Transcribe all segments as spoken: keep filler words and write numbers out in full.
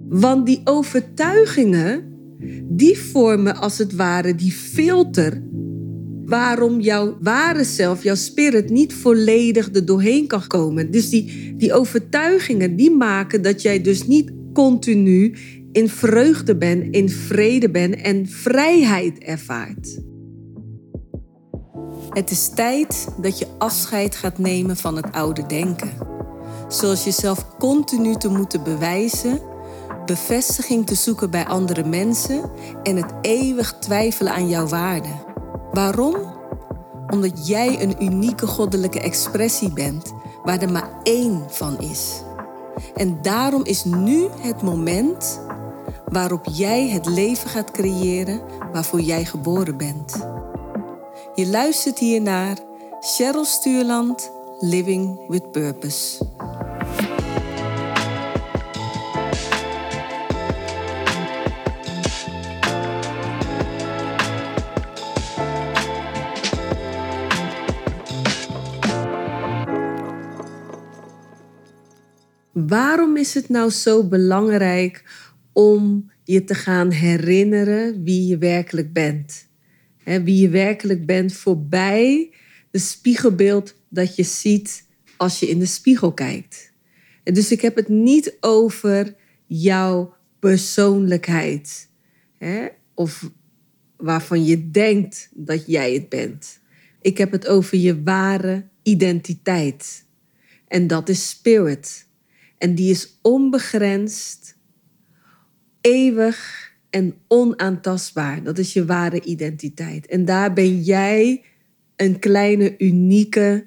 Want die overtuigingen, die vormen als het ware die filter waarom jouw ware zelf, jouw spirit, niet volledig er doorheen kan komen. Dus die, die overtuigingen, die maken dat jij dus niet continu in vreugde bent, in vrede bent en vrijheid ervaart. Het is tijd dat je afscheid gaat nemen van het oude denken. Zoals jezelf continu te moeten bewijzen, bevestiging te zoeken bij andere mensen en het eeuwig twijfelen aan jouw waarde. Waarom? Omdat jij een unieke goddelijke expressie bent waar er maar één van is. En daarom is nu het moment waarop jij het leven gaat creëren waarvoor jij geboren bent. Je luistert hier naar Cheryl Stuurland, Living with Purpose. Waarom is het nou zo belangrijk om je te gaan herinneren wie je werkelijk bent? He, wie je werkelijk bent voorbij de spiegelbeeld dat je ziet als je in de spiegel kijkt. En dus ik heb het niet over jouw persoonlijkheid. He, of waarvan je denkt dat jij het bent. Ik heb het over je ware identiteit. En dat is spirit. En die is onbegrensd, eeuwig en onaantastbaar. Dat is je ware identiteit. En daar ben jij een kleine, unieke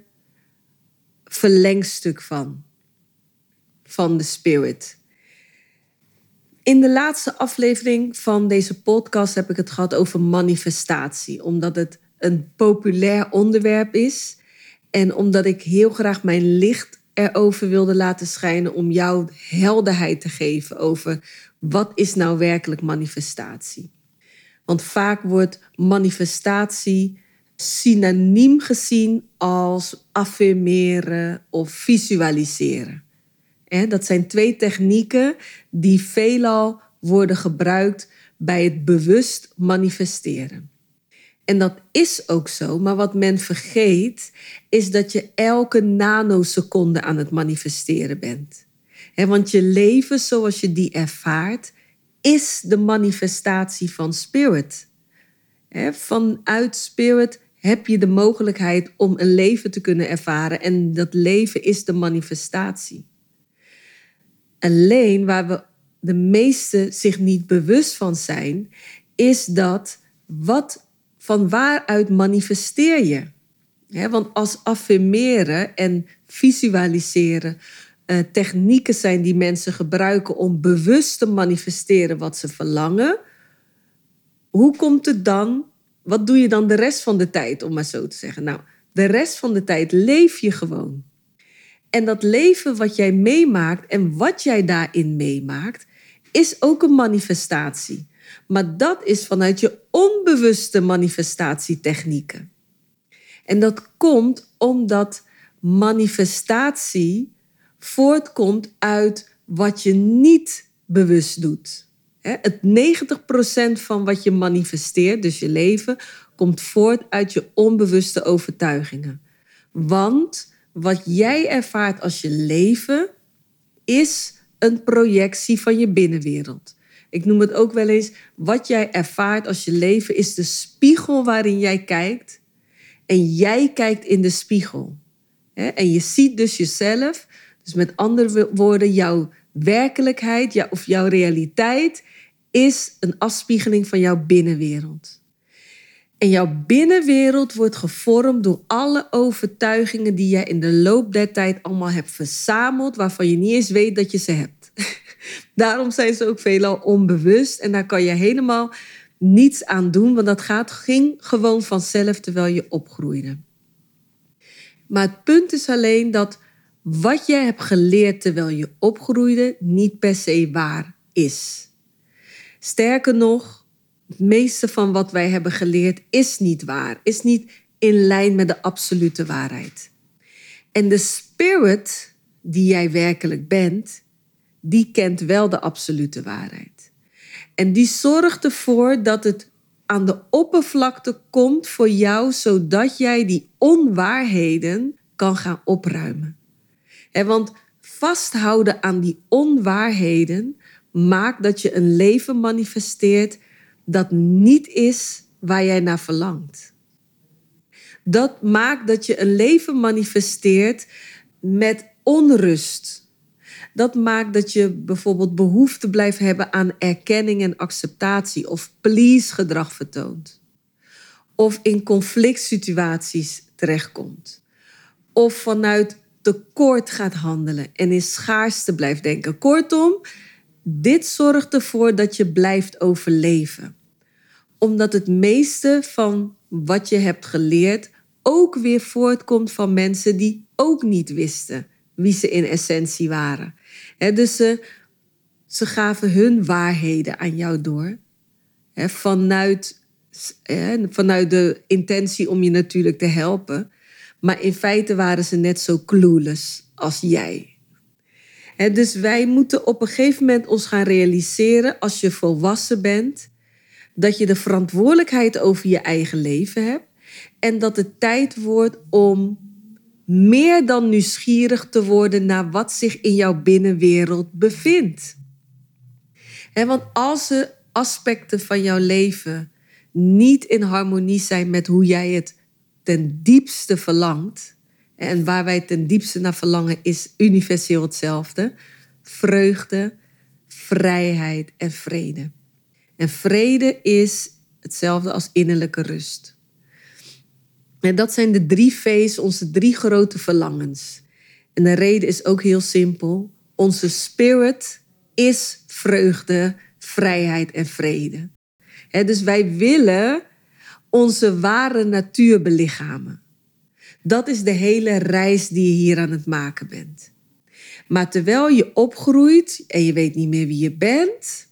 verlengstuk van. Van de spirit. In de laatste aflevering van deze podcast heb ik het gehad over manifestatie. Omdat het een populair onderwerp is. En omdat ik heel graag mijn licht erover wilde laten schijnen om jou helderheid te geven over wat is nou werkelijk manifestatie. Want vaak wordt manifestatie synoniem gezien als affirmeren of visualiseren. Dat zijn twee technieken die veelal worden gebruikt bij het bewust manifesteren. En dat is ook zo, maar wat men vergeet is dat je elke nanoseconde aan het manifesteren bent. He, want je leven zoals je die ervaart is de manifestatie van spirit. He, vanuit spirit heb je de mogelijkheid om een leven te kunnen ervaren en dat leven is de manifestatie. Alleen waar we de meesten zich niet bewust van zijn, is dat wat van waaruit manifesteer je? He, want als affirmeren en visualiseren uh, technieken zijn die mensen gebruiken om bewust te manifesteren wat ze verlangen, hoe komt het dan, wat doe je dan de rest van de tijd, om maar zo te zeggen? Nou, de rest van de tijd leef je gewoon. En dat leven wat jij meemaakt en wat jij daarin meemaakt, is ook een manifestatie. Maar dat is vanuit je onbewuste manifestatietechnieken. En dat komt omdat manifestatie voortkomt uit wat je niet bewust doet. Het negentig procent van wat je manifesteert, dus je leven, komt voort uit je onbewuste overtuigingen. Want wat jij ervaart als je leven is een projectie van je binnenwereld. Ik noem het ook wel eens, wat jij ervaart als je leven is de spiegel waarin jij kijkt. En jij kijkt in de spiegel. En je ziet dus jezelf, dus met andere woorden, jouw werkelijkheid of jouw realiteit is een afspiegeling van jouw binnenwereld. En jouw binnenwereld wordt gevormd door alle overtuigingen die jij in de loop der tijd allemaal hebt verzameld, waarvan je niet eens weet dat je ze hebt. Daarom zijn ze ook veelal onbewust en daar kan je helemaal niets aan doen, want dat gaat, ging gewoon vanzelf terwijl je opgroeide. Maar het punt is alleen dat wat jij hebt geleerd terwijl je opgroeide niet per se waar is. Sterker nog, het meeste van wat wij hebben geleerd is niet waar, is niet in lijn met de absolute waarheid. En de spirit die jij werkelijk bent, die kent wel de absolute waarheid. En die zorgt ervoor dat het aan de oppervlakte komt voor jou, zodat jij die onwaarheden kan gaan opruimen. He, want vasthouden aan die onwaarheden maakt dat je een leven manifesteert dat niet is waar jij naar verlangt. Dat maakt dat je een leven manifesteert met onrust. Dat maakt dat je bijvoorbeeld behoefte blijft hebben aan erkenning en acceptatie of please-gedrag vertoont. Of in conflict situaties terechtkomt. Of vanuit tekort gaat handelen en in schaarste blijft denken. Kortom, dit zorgt ervoor dat je blijft overleven. Omdat het meeste van wat je hebt geleerd ook weer voortkomt van mensen die ook niet wisten wie ze in essentie waren. He, dus ze, ze gaven hun waarheden aan jou door. He, vanuit, he, vanuit de intentie om je natuurlijk te helpen. Maar in feite waren ze net zo clueless als jij. He, dus wij moeten op een gegeven moment ons gaan realiseren, als je volwassen bent, dat je de verantwoordelijkheid over je eigen leven hebt. En dat het tijd wordt om meer dan nieuwsgierig te worden naar wat zich in jouw binnenwereld bevindt. He, want als er aspecten van jouw leven niet in harmonie zijn met hoe jij het ten diepste verlangt, en waar wij ten diepste naar verlangen is universeel hetzelfde: vreugde, vrijheid en vrede. En vrede is hetzelfde als innerlijke rust. En dat zijn de drie V's, onze drie grote verlangens. En de reden is ook heel simpel. Onze spirit is vreugde, vrijheid en vrede. He, dus wij willen onze ware natuur belichamen. Dat is de hele reis die je hier aan het maken bent. Maar terwijl je opgroeit en je weet niet meer wie je bent,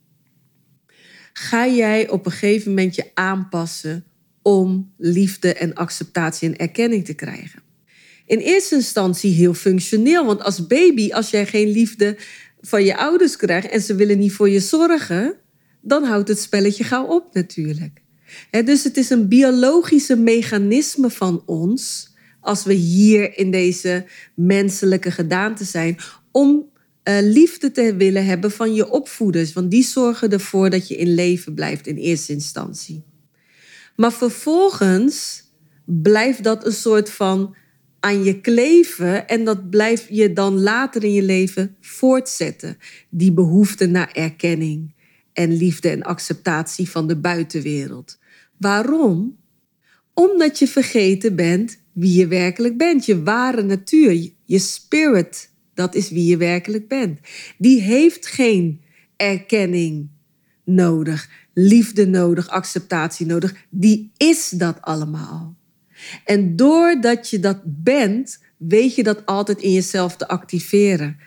ga jij op een gegeven moment je aanpassen om liefde en acceptatie en erkenning te krijgen. In eerste instantie heel functioneel, want als baby, als jij geen liefde van je ouders krijgt en ze willen niet voor je zorgen, dan houdt het spelletje gauw op natuurlijk. He, dus het is een biologische mechanisme van ons, als we hier in deze menselijke gedaante zijn, om uh, liefde te willen hebben van je opvoeders. Want die zorgen ervoor dat je in leven blijft in eerste instantie. Maar vervolgens blijft dat een soort van aan je kleven en dat blijf je dan later in je leven voortzetten. Die behoefte naar erkenning en liefde en acceptatie van de buitenwereld. Waarom? Omdat je vergeten bent wie je werkelijk bent. Je ware natuur, je spirit, dat is wie je werkelijk bent. Die heeft geen erkenning nodig, liefde nodig, acceptatie nodig. Die is dat allemaal. En doordat je dat bent, weet je dat altijd in jezelf te activeren.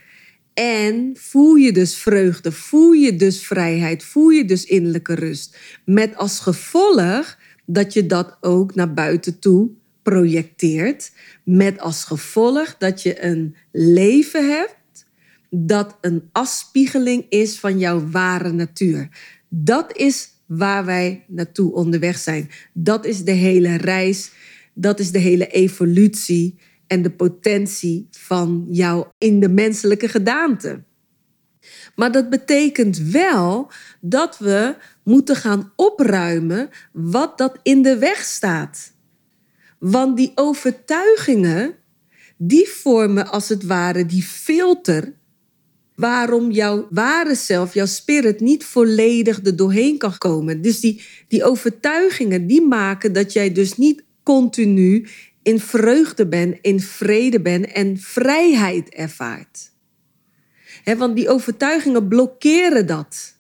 En voel je dus vreugde, voel je dus vrijheid, voel je dus innerlijke rust. Met als gevolg dat je dat ook naar buiten toe projecteert. Met als gevolg dat je een leven hebt dat een afspiegeling is van jouw ware natuur. Dat is waar wij naartoe onderweg zijn. Dat is de hele reis, dat is de hele evolutie en de potentie van jou in de menselijke gedaante. Maar dat betekent wel dat we moeten gaan opruimen wat dat in de weg staat. Want die overtuigingen, die vormen als het ware die filter waarom jouw ware zelf, jouw spirit, niet volledig er doorheen kan komen. Dus die, die overtuigingen, die maken dat jij dus niet continu in vreugde bent, in vrede bent en vrijheid ervaart. He, want die overtuigingen blokkeren dat.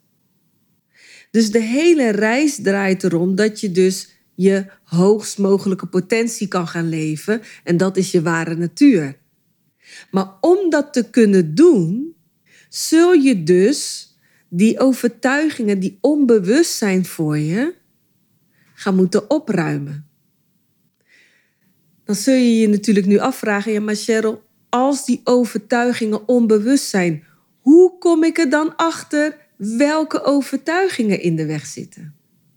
Dus de hele reis draait erom dat je dus je hoogst mogelijke potentie kan gaan leven. En dat is je ware natuur. Maar om dat te kunnen doen, zul je dus die overtuigingen die onbewust zijn voor je, gaan moeten opruimen. Dan zul je je natuurlijk nu afvragen, ja maar Cheryl, als die overtuigingen onbewust zijn, hoe kom ik er dan achter welke overtuigingen in de weg zitten?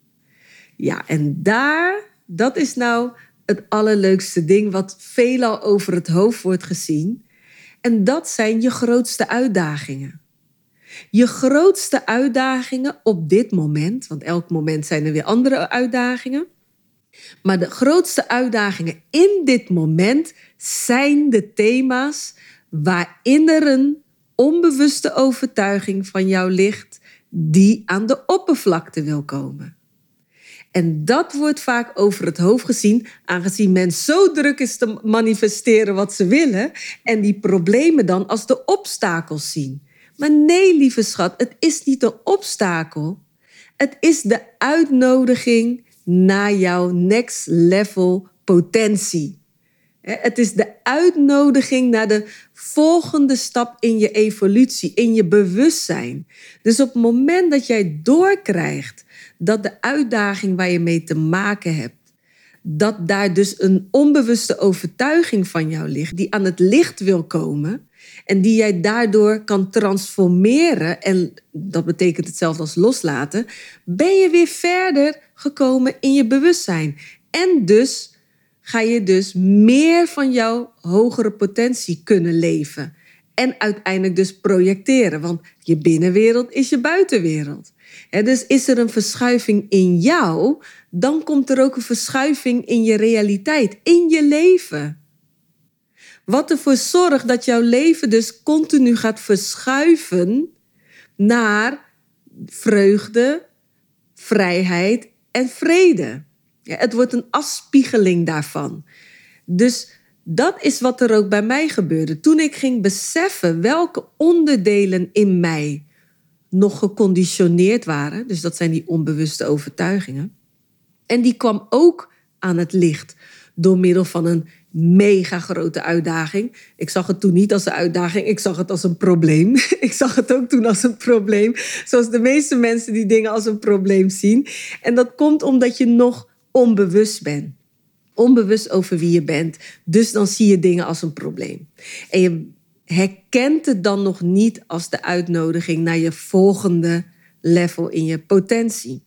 Ja, en daar, dat is nou het allerleukste ding wat veelal over het hoofd wordt gezien. En dat zijn je grootste uitdagingen. Je grootste uitdagingen op dit moment, want elk moment zijn er weer andere uitdagingen. Maar de grootste uitdagingen in dit moment zijn de thema's waarin er een onbewuste overtuiging van jou ligt die aan de oppervlakte wil komen. En dat wordt vaak over het hoofd gezien, aangezien men zo druk is te manifesteren wat ze willen en die problemen dan als de obstakels zien. Maar nee, lieve schat, het is niet de obstakel. Het is de uitnodiging naar jouw next level potentie. Het is de uitnodiging naar de volgende stap in je evolutie, in je bewustzijn. Dus op het moment dat jij doorkrijgt dat de uitdaging waar je mee te maken hebt, dat daar dus een onbewuste overtuiging van jou ligt, die aan het licht wil komen en die jij daardoor kan transformeren, en dat betekent hetzelfde als loslaten, ben je weer verder gekomen in je bewustzijn. En dus ga je dus meer van jouw hogere potentie kunnen leven. En uiteindelijk dus projecteren. Want je binnenwereld is je buitenwereld. En dus is er een verschuiving in jou, dan komt er ook een verschuiving in je realiteit, in je leven. Wat ervoor zorgt dat jouw leven dus continu gaat verschuiven naar vreugde, vrijheid en vrede. Ja, het wordt een afspiegeling daarvan. Dus dat is wat er ook bij mij gebeurde. Toen ik ging beseffen welke onderdelen in mij nog geconditioneerd waren. Dus dat zijn die onbewuste overtuigingen. En die kwam ook aan het licht door middel van een mega grote uitdaging. Ik zag het toen niet als een uitdaging, ik zag het als een probleem. Ik zag het ook toen als een probleem. Zoals de meeste mensen die dingen als een probleem zien. En dat komt omdat je nog onbewust bent. Onbewust over wie je bent. Dus dan zie je dingen als een probleem. En je herkent het dan nog niet als de uitnodiging naar je volgende level in je potentie.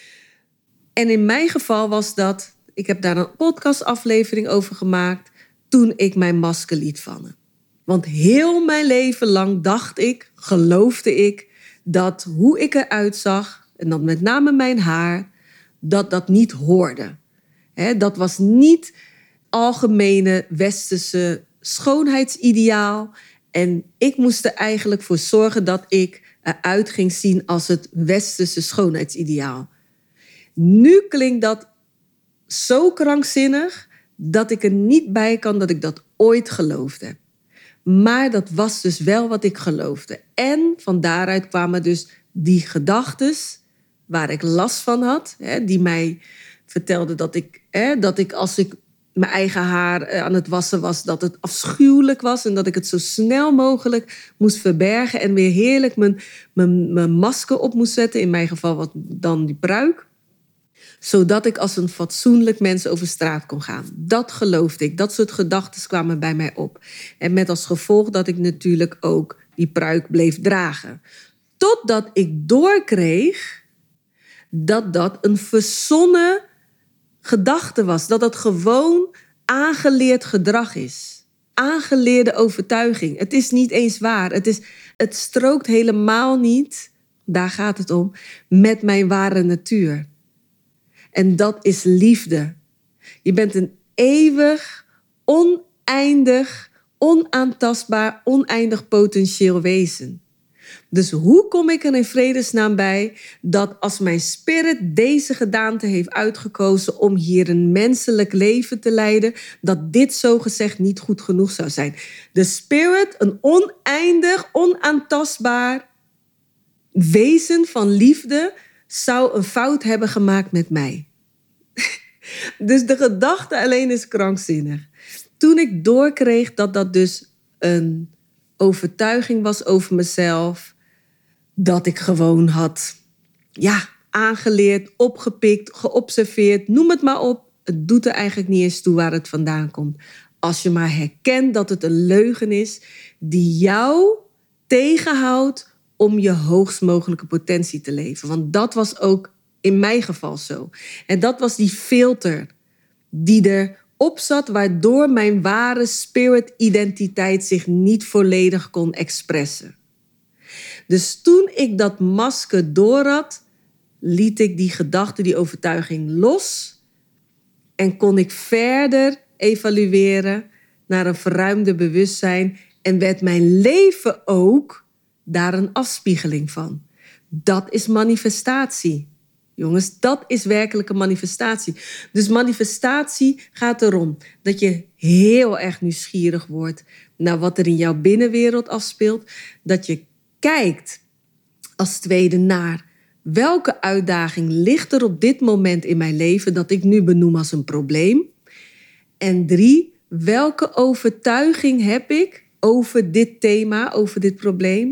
En in mijn geval was dat, ik heb daar een podcastaflevering over gemaakt toen ik mijn masker liet vallen. Want heel mijn leven lang dacht ik, geloofde ik, dat hoe ik eruit zag, en dan met name mijn haar, dat dat niet hoorde. He, dat was niet algemene westerse schoonheidsideaal. En ik moest er eigenlijk voor zorgen dat ik eruit ging zien als het westerse schoonheidsideaal. Nu klinkt dat zo krankzinnig dat ik er niet bij kan dat ik dat ooit geloofde. Maar dat was dus wel wat ik geloofde. En van daaruit kwamen dus die gedachtes waar ik last van had, hè, die mij vertelden dat ik, hè, dat ik als ik mijn eigen haar aan het wassen was, dat het afschuwelijk was en dat ik het zo snel mogelijk moest verbergen en weer heerlijk mijn, mijn, mijn masker op moest zetten, in mijn geval wat dan die pruik, zodat ik als een fatsoenlijk mens over straat kon gaan. Dat geloofde ik. Dat soort gedachten kwamen bij mij op. En met als gevolg dat ik natuurlijk ook die pruik bleef dragen. Totdat ik doorkreeg dat dat een verzonnen gedachte was. Dat dat gewoon aangeleerd gedrag is. Aangeleerde overtuiging. Het is niet eens waar. Het is, het strookt helemaal niet, daar gaat het om, met mijn ware natuur. En dat is liefde. Je bent een eeuwig, oneindig, onaantastbaar, oneindig potentieel wezen. Dus hoe kom ik er in vredesnaam bij dat als mijn spirit deze gedaante heeft uitgekozen om hier een menselijk leven te leiden, dat dit zogezegd niet goed genoeg zou zijn? De spirit, een oneindig, onaantastbaar wezen van liefde, zou een fout hebben gemaakt met mij. Dus de gedachte alleen is krankzinnig. Toen ik doorkreeg dat dat dus een overtuiging was over mezelf, dat ik gewoon had, ja, aangeleerd, opgepikt, geobserveerd, noem het maar op. Het doet er eigenlijk niet eens toe waar het vandaan komt. Als je maar herkent dat het een leugen is die jou tegenhoudt om je hoogst mogelijke potentie te leven. Want dat was ook in mijn geval zo. En dat was die filter die erop zat, waardoor mijn ware spirit-identiteit zich niet volledig kon expressen. Dus toen ik dat masker doorhad, liet ik die gedachte, die overtuiging los en kon ik verder evalueren naar een verruimde bewustzijn en werd mijn leven ook daar een afspiegeling van. Dat is manifestatie. Jongens, dat is werkelijke manifestatie. Dus manifestatie gaat erom dat je heel erg nieuwsgierig wordt naar wat er in jouw binnenwereld afspeelt. Dat je kijkt als tweede naar welke uitdaging ligt er op dit moment in mijn leven dat ik nu benoem als een probleem. En drie, welke overtuiging heb ik over dit thema, over dit probleem,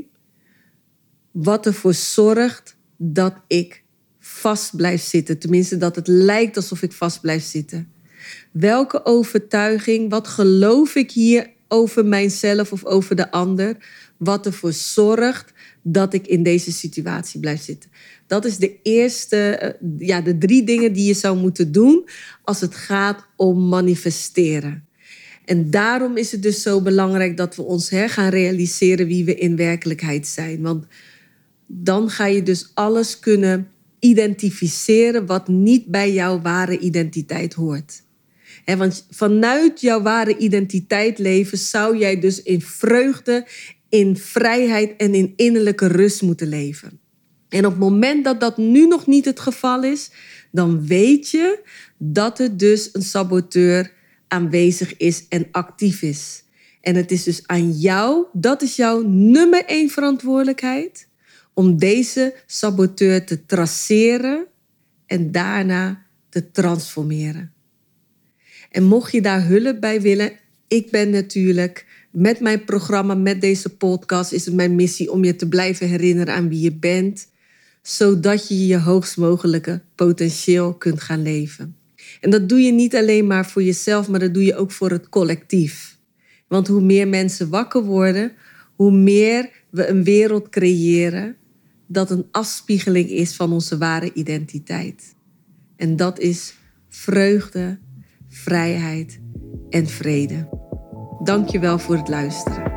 wat ervoor zorgt dat ik vast blijf zitten. Tenminste, dat het lijkt alsof ik vast blijf zitten. Welke overtuiging, wat geloof ik hier over mijzelf of over de ander, wat ervoor zorgt dat ik in deze situatie blijf zitten. Dat is de eerste, ja, de drie dingen die je zou moeten doen als het gaat om manifesteren. En daarom is het dus zo belangrijk dat we ons hè, gaan realiseren wie we in werkelijkheid zijn. Want dan ga je dus alles kunnen identificeren wat niet bij jouw ware identiteit hoort. He, want vanuit jouw ware identiteit leven zou jij dus in vreugde, in vrijheid en in innerlijke rust moeten leven. En op het moment dat dat nu nog niet het geval is, dan weet je dat er dus een saboteur aanwezig is en actief is. En het is dus aan jou, dat is jouw nummer één verantwoordelijkheid, om deze saboteur te traceren en daarna te transformeren. En mocht je daar hulp bij willen, ik ben natuurlijk met mijn programma, met deze podcast, is het mijn missie om je te blijven herinneren aan wie je bent, zodat je je hoogst mogelijke potentieel kunt gaan leven. En dat doe je niet alleen maar voor jezelf, maar dat doe je ook voor het collectief. Want hoe meer mensen wakker worden, hoe meer we een wereld creëren dat een afspiegeling is van onze ware identiteit. En dat is vreugde, vrijheid en vrede. Dank je wel voor het luisteren.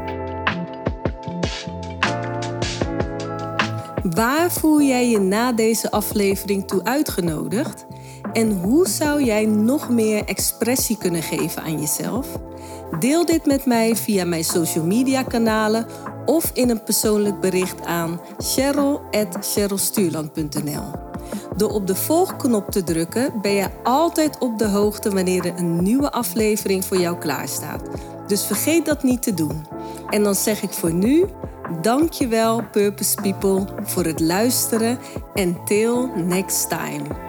Waar voel jij je na deze aflevering toe uitgenodigd? En hoe zou jij nog meer expressie kunnen geven aan jezelf? Deel dit met mij via mijn social media kanalen of in een persoonlijk bericht aan cheryl at cherylstuurland punt n l. Door op de volgknop te drukken ben je altijd op de hoogte wanneer er een nieuwe aflevering voor jou klaarstaat. Dus vergeet dat niet te doen. En dan zeg ik voor nu, dankjewel Purpose People voor het luisteren en till next time.